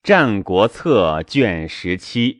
战国策》卷17。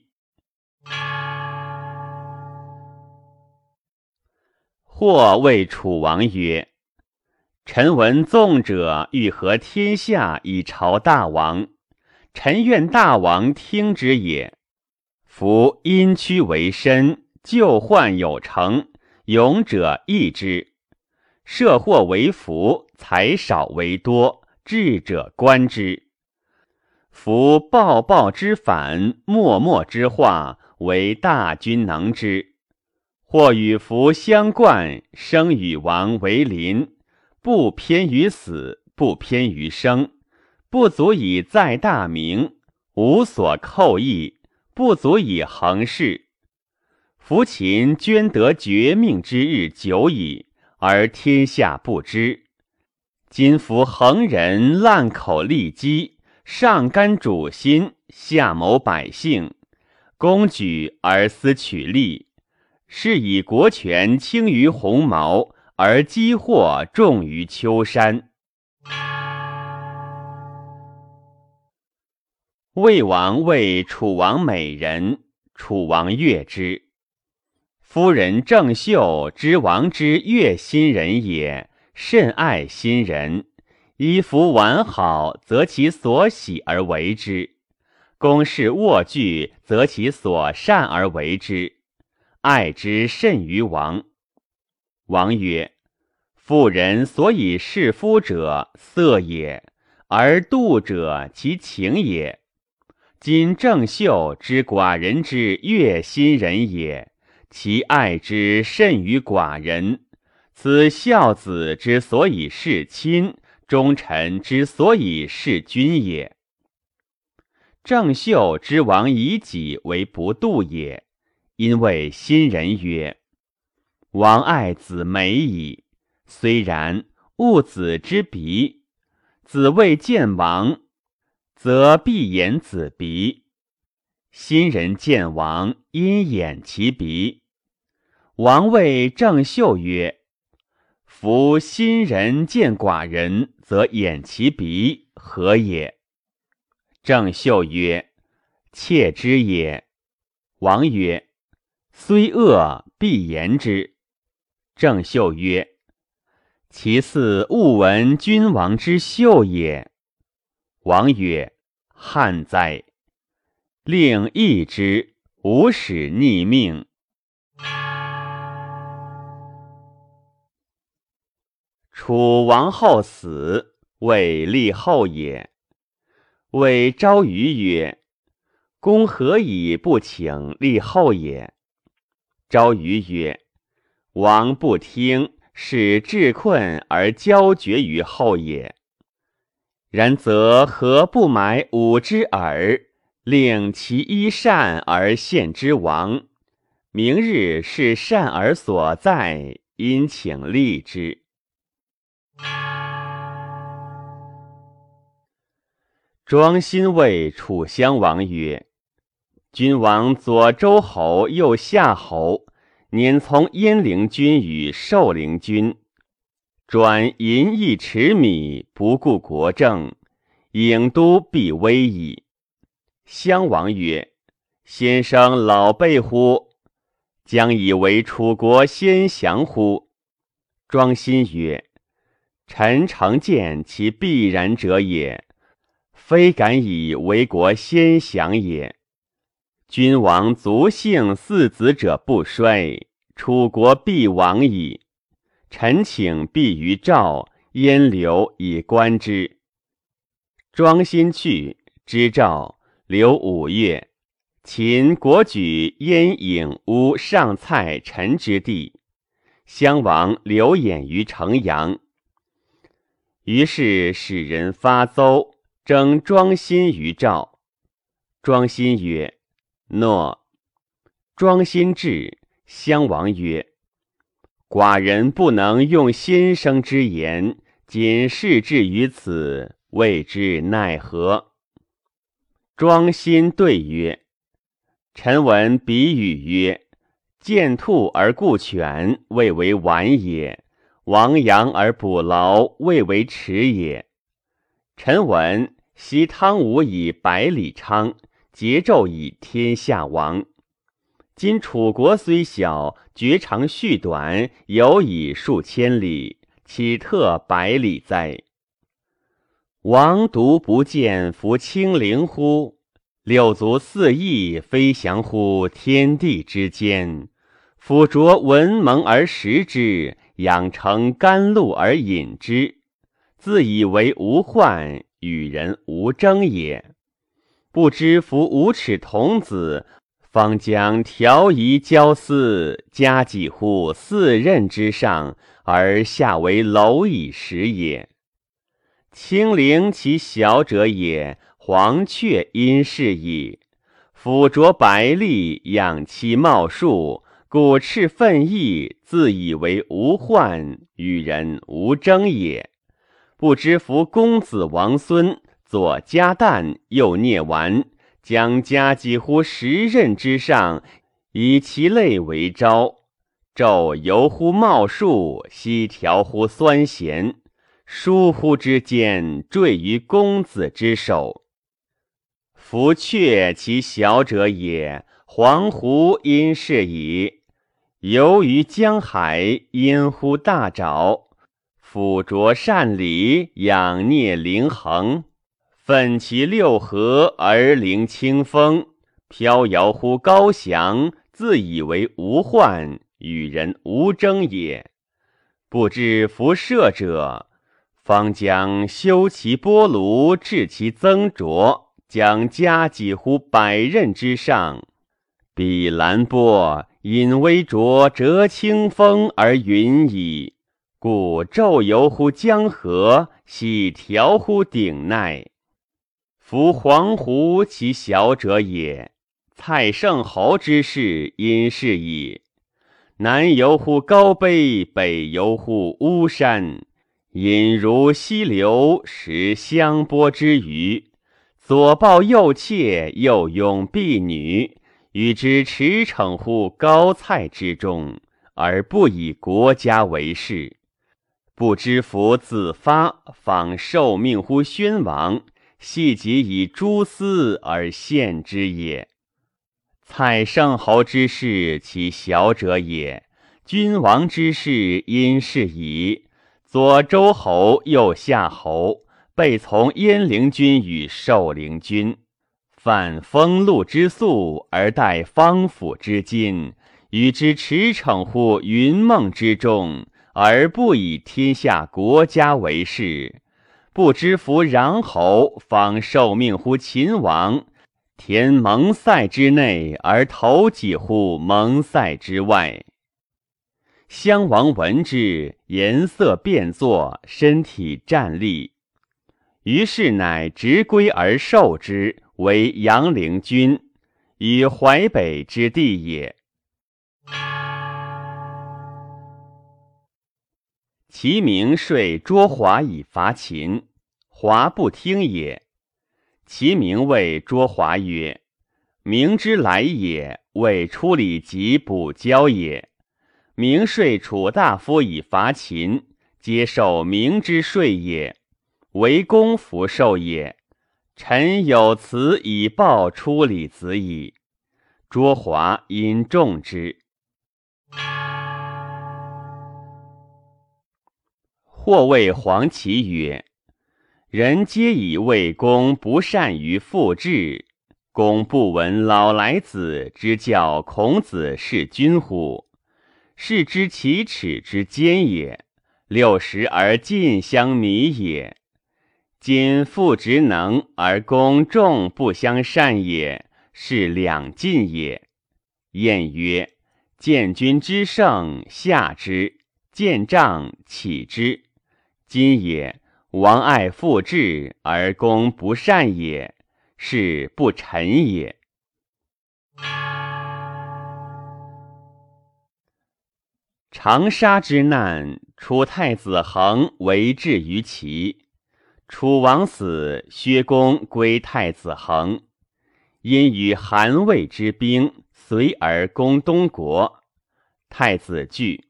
或谓楚王曰：臣闻纵者欲合天下以朝大王，臣愿大王听之也。夫因屈为深，救患有成，勇者易之；设祸为福，财少为多，智者观之。夫暴暴之反，漠漠之化，为大君能之。或与福相贯，生与亡为邻，不偏于死，不偏于生，不足以载大名，无所寇役，不足以衡世。夫秦捐得绝命之日久矣，而天下不知。今夫横人滥口利机，上干主心，下谋百姓，公举而私取利，是以国权轻于鸿毛，而积祸重于丘山。魏王谓楚王美人，楚王悦之。夫人郑袖知王之悦心人也，甚爱心人，衣服完好，则其所喜而为之；宫室卧具，则其所善而为之。爱之甚于王。王曰：妇人所以事夫者，色也，而妒者其情也。今郑袖知寡人之悦心人也，其爱之甚于寡人，此孝子之所以事亲，忠臣之所以事君也。郑袖知王以己为不妒也，因谓心人曰：王爱子美矣，虽然，勿子之鼻，子未见王，则必掩子鼻。心人见王，因掩其鼻。王谓郑袖曰：夫心人见寡人，则掩其鼻，何也？郑袖曰：妾之也。王曰：虽恶，必言之。郑袖曰：其似勿闻君王之袖也。王曰：汉哉！令易之，无使逆命。楚王后死，谓立后也。谓昭瑜曰：公何以不请立后也？昭瑜曰：王不听，使至困而交绝于后也。然则何不买5之耳，令其一善而献之王？明日是善而所在，因请立之。庄辛谓楚襄王曰：君王左周侯，右夏侯，年从燕陵君与寿陵君，转淫邑持米，不顾国政，郢都必危矣。襄王曰：先生老辈乎？将以为楚国先降乎？庄辛曰：臣诚见其必然者也，非敢以为国先降也。君王族姓4子者不衰，楚国必亡矣。臣请必于赵、燕留以观之。庄辛去，知赵，留5月。秦国举燕郢乌上蔡陈之地，襄王留偃于城阳。于是使人发邹，征庄辛于赵。庄辛曰：诺。庄辛至，襄王曰：寡人不能用先生之言，仅事至于此，谓之奈何？庄辛对曰：臣闻比语曰：见兔而顾犬，谓为晚也；亡羊而补牢，谓为迟也。臣闻昔汤武以百里昌，桀纣以天下亡。今楚国虽小，绝长续短，有以数千里，岂特百里哉？王独不见夫清灵乎？六足四翼飞翔乎天地之间。辅啄文蒙而食之，养成甘露而饮之，自以为无患，与人无争也。不知夫无耻童子，方将调夷交丝，加几乎四仞之上，而下为蝼蚁食也。清灵其小者也，黄雀因是矣。辅啄百里，养其茂树，鼓翅奋翼，自以为无患，与人无争也。不知夫公子王孙，左加旦，右聂丸，将加几乎10仞之上，以其类为招。纣游乎茂树，西调乎酸咸，疏忽之间，坠于公子之手。夫雀其小者也，黄鹄因是矣。游于江海，因乎大沼。辅啄善礼，养聂灵衡，奋其六合而凌清风，飘摇乎高翔，自以为无患，与人无争也。不知夫射者，方将修其波炉，治其增浊，将加几乎100仞之上。彼兰波引微浊，折清风而云矣。故纣游乎江河，喜调乎鼎鼐。夫黄鹄其小者也，蔡圣侯之士因是矣。南游乎高碑，北游乎巫山，饮如溪流，食香波之鱼。左抱右妾，右拥婢女，与之驰骋乎高蔡之中，而不以国家为事。不知夫自发，访受命乎宣王，系己以蛛丝而献之也。蔡圣侯之士，其小者也，君王之士因是矣。左周侯，右夏侯，备从燕陵君与寿陵君，犯封禄之粟，而待方府之金，与之驰骋乎云梦之中，而不以天下国家为事。不知夫穰侯，方受命乎秦王，填蒙塞之内，而投己乎蒙塞之外。襄王闻之，颜色变作，身体战栗。于是乃执归而受之，为阳陵君，于淮北之地也。其名说卓华以伐秦，华不听也。其名谓卓华曰：名之来也，谓出礼及补交也。名说楚大夫以伐秦，皆受名之说也，为公服受也。臣有辞以报出礼子矣。卓华因重之。或谓黄芪曰：人皆以为公不善于复制，公不闻老来子之教孔子是君乎？是知其耻之坚也，60而尽相靡也。今父职能而公众不相善也，是两尽也。晏曰：见君之盛，下之；见杖，起之。今也，王爱父志，而公不善也，是不臣也。长沙之难，楚太子恒为质于齐。楚王死，薛公归太子恒，因与韩魏之兵，随而攻东国。太子惧。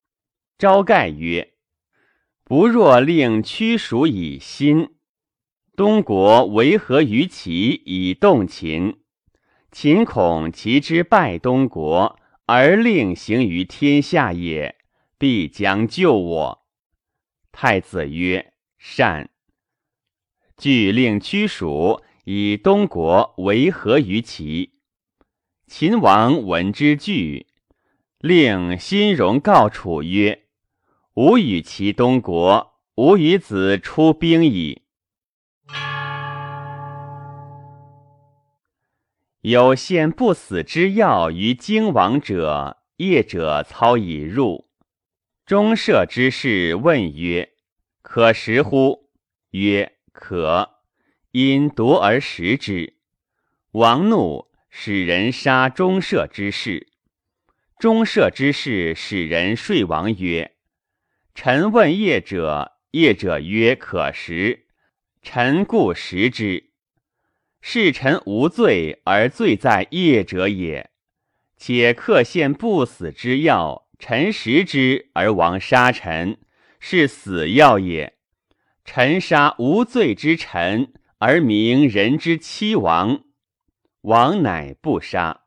昭盖曰：不若令屈蜀以心。 东国为何于齐以动秦？秦恐齐之败东国，而令行于天下也，必将救我。太子曰：善。据令屈蜀以东国为和于齐。秦王闻之惧，令辛荣告楚曰：吾与其东国，吾与子出兵矣。有献不死之药于荆王者，业者操以入。中舍之士问曰：可食乎？曰：可。因夺而食之。王怒，使人杀中舍之士。中舍之士使人说王曰：臣问业者，业者曰可食，臣故食之。是臣无罪而罪在业者也。且客献不死之药，臣食之而王杀臣，是死药也。臣杀无罪之臣，而明人之欺王，王乃不杀。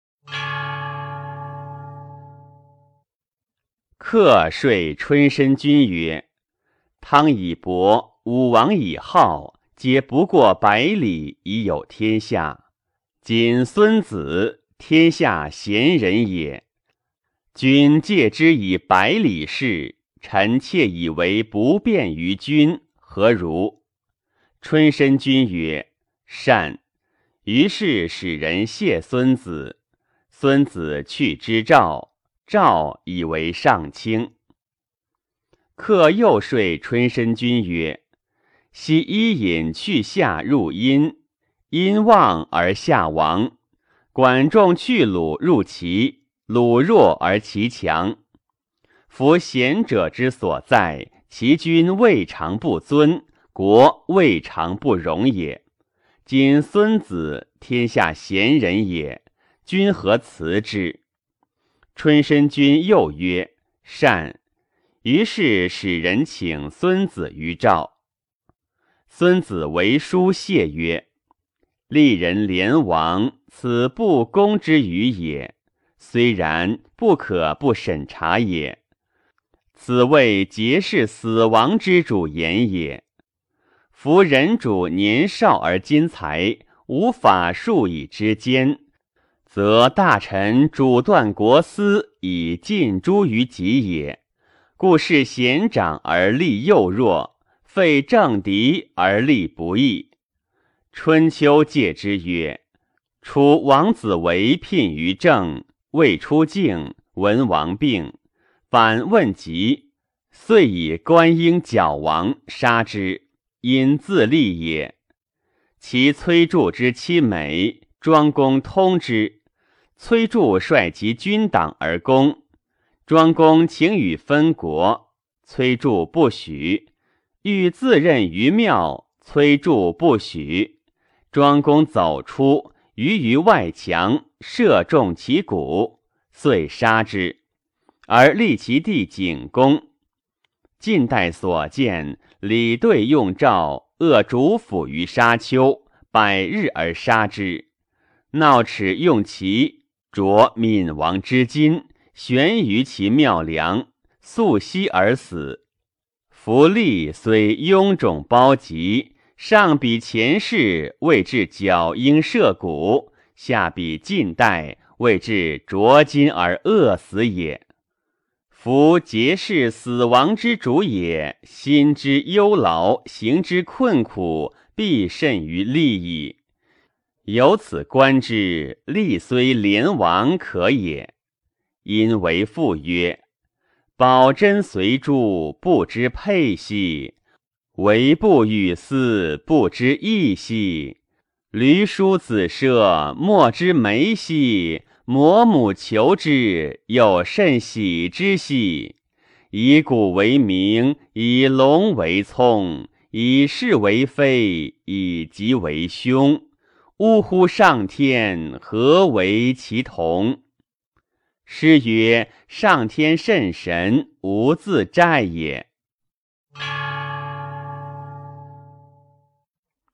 客说春申君曰：汤以伯，武王以浩，皆不过百里以有天下。今孙子，天下贤人也。君戒之以百里事，臣妾以为不便于君，何如？春申君曰：善。于是使人谢孙子。孙子去之赵，赵以为上卿。客又说春申君曰：昔伊尹去夏入殷，殷旺而夏亡。管仲去鲁入齐，鲁弱而齐强。夫贤者之所在，其君未尝不尊，国未尝不容也。今孙子，天下贤人也，君何辞之？春申君又曰：善。于是使人请孙子于赵。孙子为书谢曰：利人连王，此不公之语也。虽然，不可不审察也。此谓节事死亡之主言也。夫人主年少而金财，无法术以之间，则大臣主断国私，以尽诛于己也。故事贤长而立幼弱，废政敌而立不义。春秋戒之曰：楚王子为聘于政，未出境，闻王病，反问疾，遂以观婴矫王，杀之，因自立也。其崔杼之妻美，庄公通之。崔杼率其军党而攻，庄公请与分国，崔杼不许，欲自任于庙，崔杼不许。庄公走出，于外墙，射中其骨，遂杀之，而立其弟景公。近代所见，李对用赵，扼主府于沙丘，百日而杀之。闹齿用其着闵王之金，悬于其庙梁，溯溪而死。夫利虽臃肿包疾，上比前世，谓至绞鹰射骨；下比近代，谓至着金而饿死也。夫节事死亡之主也，心之忧劳，行之困苦，必甚于利矣。由此观之，利虽连王可也。因为父曰：宝珍随珠，不知佩兮；惟不与斯，不知义兮。驴叔子舍，莫之梅兮；魔母求之，有甚喜之兮。以古为名，以龙为聪，以是为非，以吉为凶。呜呼上天，何为其同？诗曰：上天甚神，无自在也。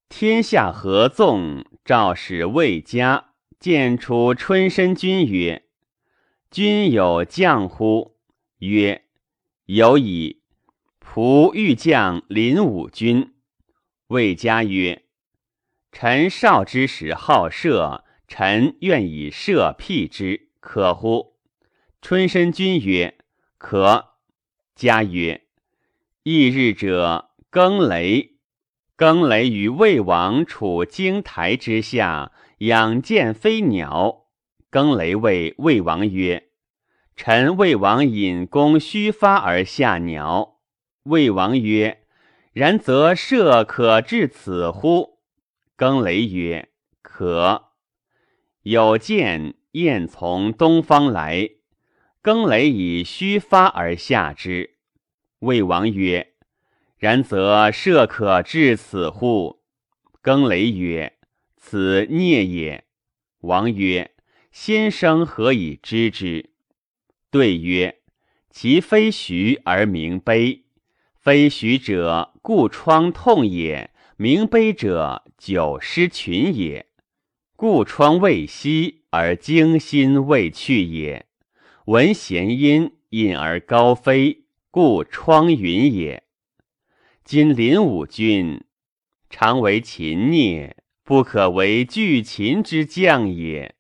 天下合纵，诏使魏家见楚春申君曰：君有将乎？曰：有矣。仆欲将临武军。魏家曰：臣少之时好射，臣愿以射辟之，可乎？春申君曰：可。家曰：翌日者，更雷。更雷于魏王处荆台之下，养见飞鸟。更雷谓魏王曰：臣魏王引弓须发而下鸟。魏王曰：然则射可至此乎？更雷曰：可。有见雁从东方来，更雷以须发而下之。魏王曰：然则射可至此乎？更雷曰：此孽也。王曰：先生何以知之？对曰：其非徐而名悲，非徐者故疮痛也，名悲者久失群也。故疮未息而惊心未去也，闻弦音引而高飞，故疮云也。今临武军，常为秦孽，不可为拒秦之将也。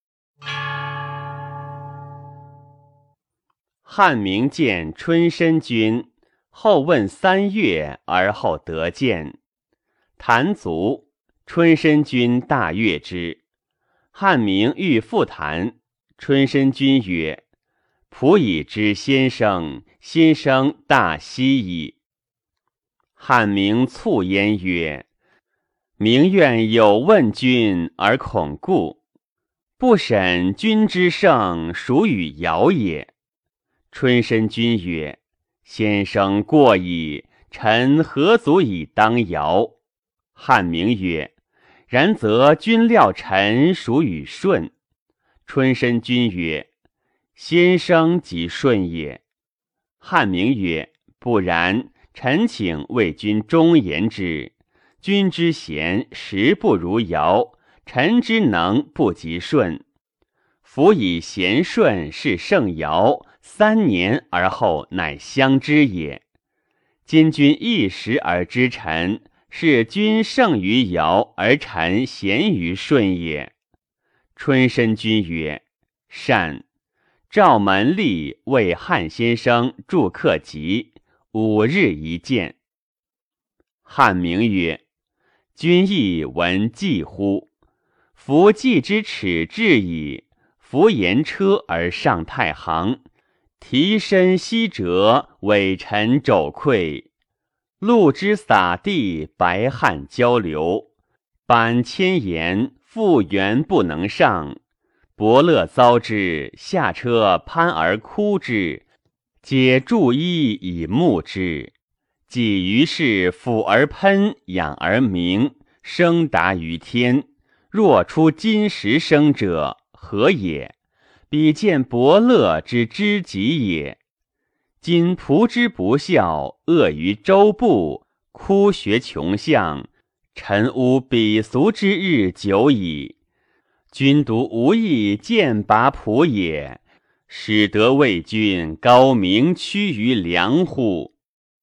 汉明见春申君，后问3月而后得见。谈卒，春申君大悦之。汉明欲复谈，春申君曰：仆已知先生，先生大喜矣。汉明促焉曰：明愿有问君而恐故，不审君之胜，孰与尧也？春申君曰：先生过矣，臣何足以当尧？汉明曰：然则君料臣孰与舜？春申君曰：先生即舜也。汉明曰：不然，臣请为君忠言之。君之贤实不如尧，臣之能不及舜。夫以贤舜是圣尧，3年而后乃相知也。今君一时而知臣，是君胜于尧，而臣贤于舜也。春申君曰：善。赵门吏为汉先生祝客疾，5日一见。汉明曰：君亦闻计乎？夫计之耻至矣。夫言车而上太行，提身西折，委臣肘溃。路之洒地，白汗交流。板千言，复原不能上。伯乐遭之，下车攀而哭之，解注衣以沐之。己于是抚而喷，养而鸣，声达于天。若出金石声者，何也？彼见伯乐之知己也。今仆之不孝，恶于周部，哭学穷巷，臣污鄙俗之日久矣。君独无意剑拔仆也，使得为君高明趋于良乎？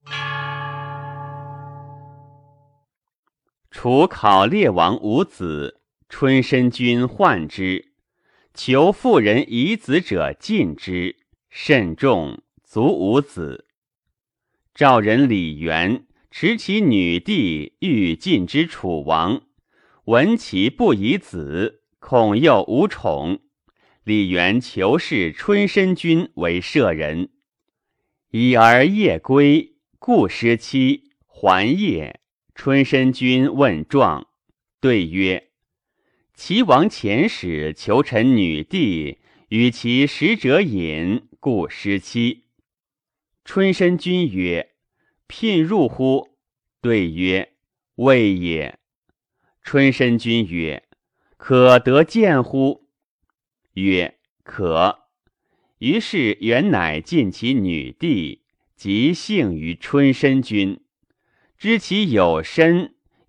楚考烈王无子，春申君患之，求妇人遗子者尽之，甚众，卒无子。赵人李元持其女弟欲尽之楚王，闻其不以子，恐又无宠。李元求是春申君为舍人，已而夜归，故失期，还夜。春申君问状，对曰：齐王遣使求臣女弟，与其使者饮，故失期。春申君曰：聘入乎？对曰：未也。春申君曰：可得见乎？曰：可。于是元乃尽其女弟，即幸于春申君。知其有身，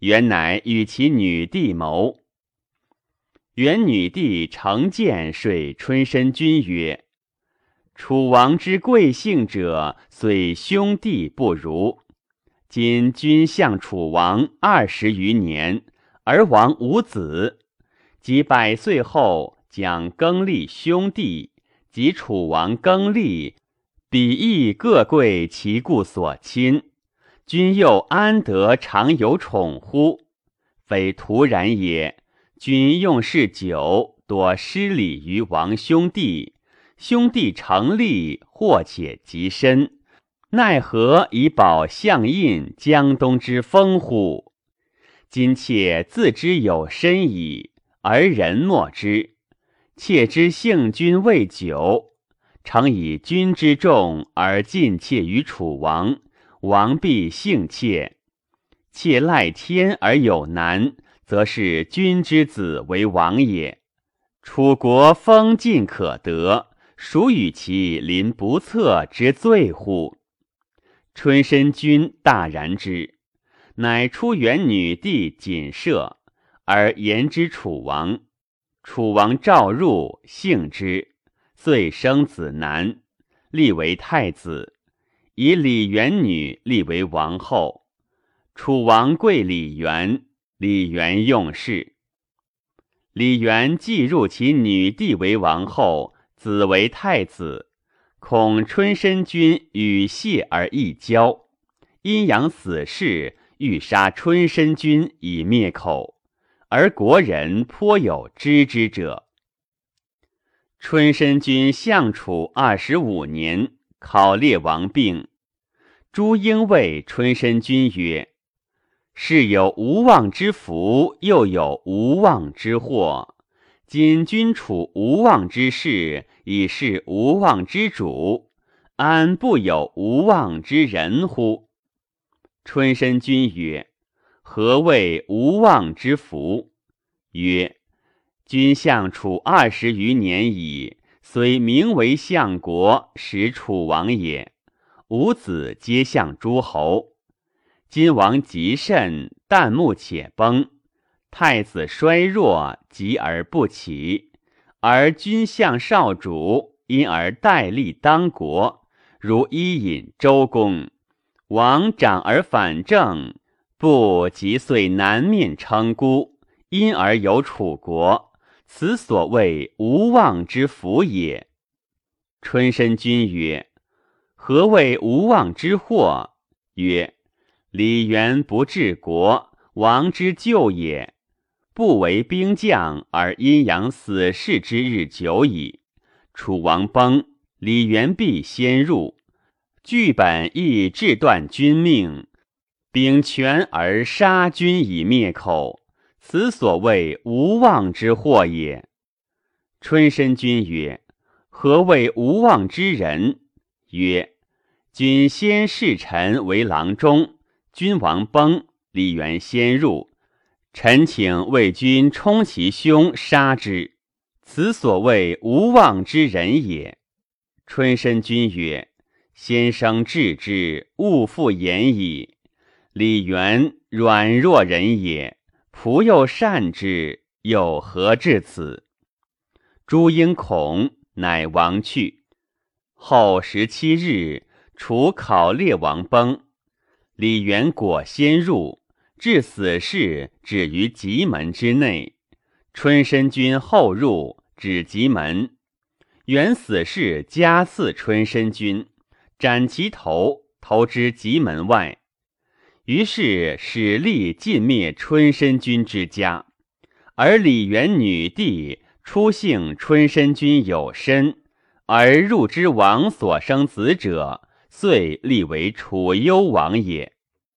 元乃与其女弟谋。元女弟乘剑说春申君曰：楚王之贵姓者，虽兄弟不如。今君相楚王20余年，而王无子，及100岁后，将更立兄弟，及楚王更立，彼亦各贵其故所亲，君又安得常有宠乎？非徒然也。君用事久，多失礼于王兄弟，兄弟成立，或且极深，奈何以保相印江东之风乎？今妾自知有身矣，而人莫知。妾之幸君未久，诚以君之重而尽妾于楚王，王必幸妾。妾赖天而有难，则是君之子为王也。楚国封尽可得，孰与其临不测之罪乎？春申君大然之，乃出元女弟锦射，而言之楚王。楚王召入，幸之，遂生子男，立为太子，以李元女立为王后。楚王贵李元，李元用事。李元既入其女弟为王后，子为太子，恐春申君与谢而异交，阴阳死士，欲杀春申君以灭口，而国人颇有知之者。春申君相楚25年，考烈王病。朱婴谓春申君曰：是有无妄之福，又有无妄之祸。今君处无妄之事，以是无妄之主，安不有无妄之人乎？春申君曰：何谓无妄之福？曰：君相楚20余年矣，虽名为相国，实楚王也。五子皆相诸侯。今王极甚，旦暮且崩，太子衰弱，急而不起，而君相少主，因而代立当国，如伊尹、周公。王长而反正，不及遂南面称孤，因而有楚国，此所谓无妄之福也。春申君曰：何谓无妄之祸？曰：李元不治国，王之咎也。不为兵将，而阴阳死士之日久矣。楚王崩，李元必先入，据本亦致断君命，秉权而杀君以灭口，此所谓无妄之祸也。春申君曰：何谓无妄之人？曰：君先弑臣为郎中，君王崩，李元先入，臣请为君冲其兄，杀之，此所谓无妄之人也。春申君曰：先生治之，勿复言矣。李元软弱人也，仆又善之，又何至此？朱婴恐，乃亡去。后17日，楚考烈王崩，李元果先入，至死士止于棘门之内。春申君后入，止棘门。元死士加刺春申君，斩其头，投之棘门外。于是使力尽灭春申君之家，而李元女弟初幸春申君有身，而入之王所生子者，遂立为楚幽王也。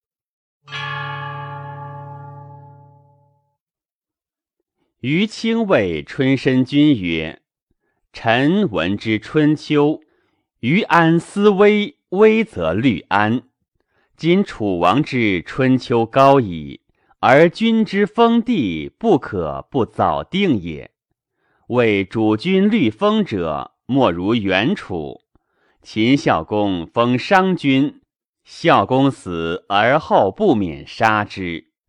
于卿谓春申君曰：臣闻之春秋，于安思危，危则虑安。今楚王之春秋高矣，而君之封地不可不早定也。为主君虑封者，莫如袁楚。秦孝公封商君，孝公死而后不免杀之。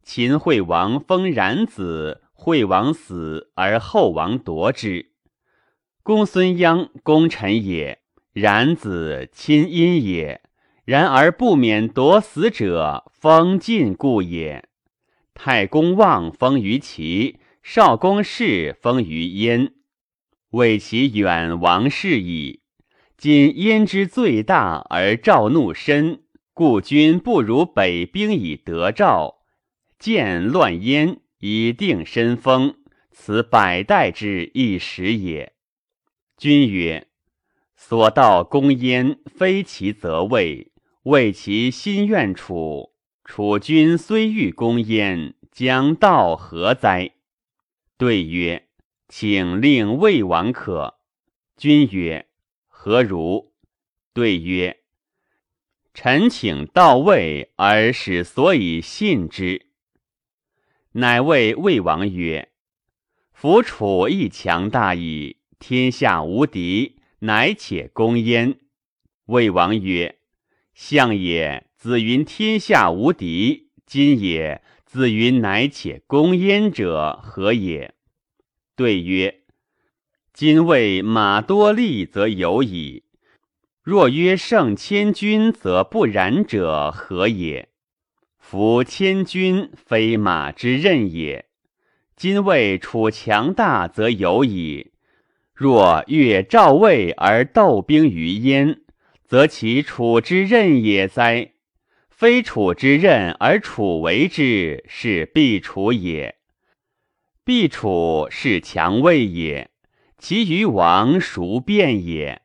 秦惠王封冉子，惠王死而后王夺之。公孙鞅功臣也，冉子亲因也，然而不免夺死者，封禁故也。太公望封于齐，少公氏封于燕，为其远王室矣。今燕之罪大而赵怒深，故君不如北兵以得赵，见乱燕以定身封，此百代之一时也。君曰：所道攻燕，非其责位，为其心愿楚。楚君虽欲攻燕，将道何哉？对曰：请令魏王可。君曰：何如？对曰：臣请到魏，而使所以信之。乃谓魏王曰：夫楚亦强大矣，天下无敌，乃且攻燕。魏王曰：相也，子云天下无敌，今也，子云乃且攻燕者何也？对曰：今谓马多利则有矣，若曰胜千军则不然者何也？夫千军非马之任也。今谓楚强大则有矣，若越赵魏而斗兵于燕，则其楚之任也哉？非楚之任而楚为之，是必楚也。必楚是强魏也，其余王孰变也？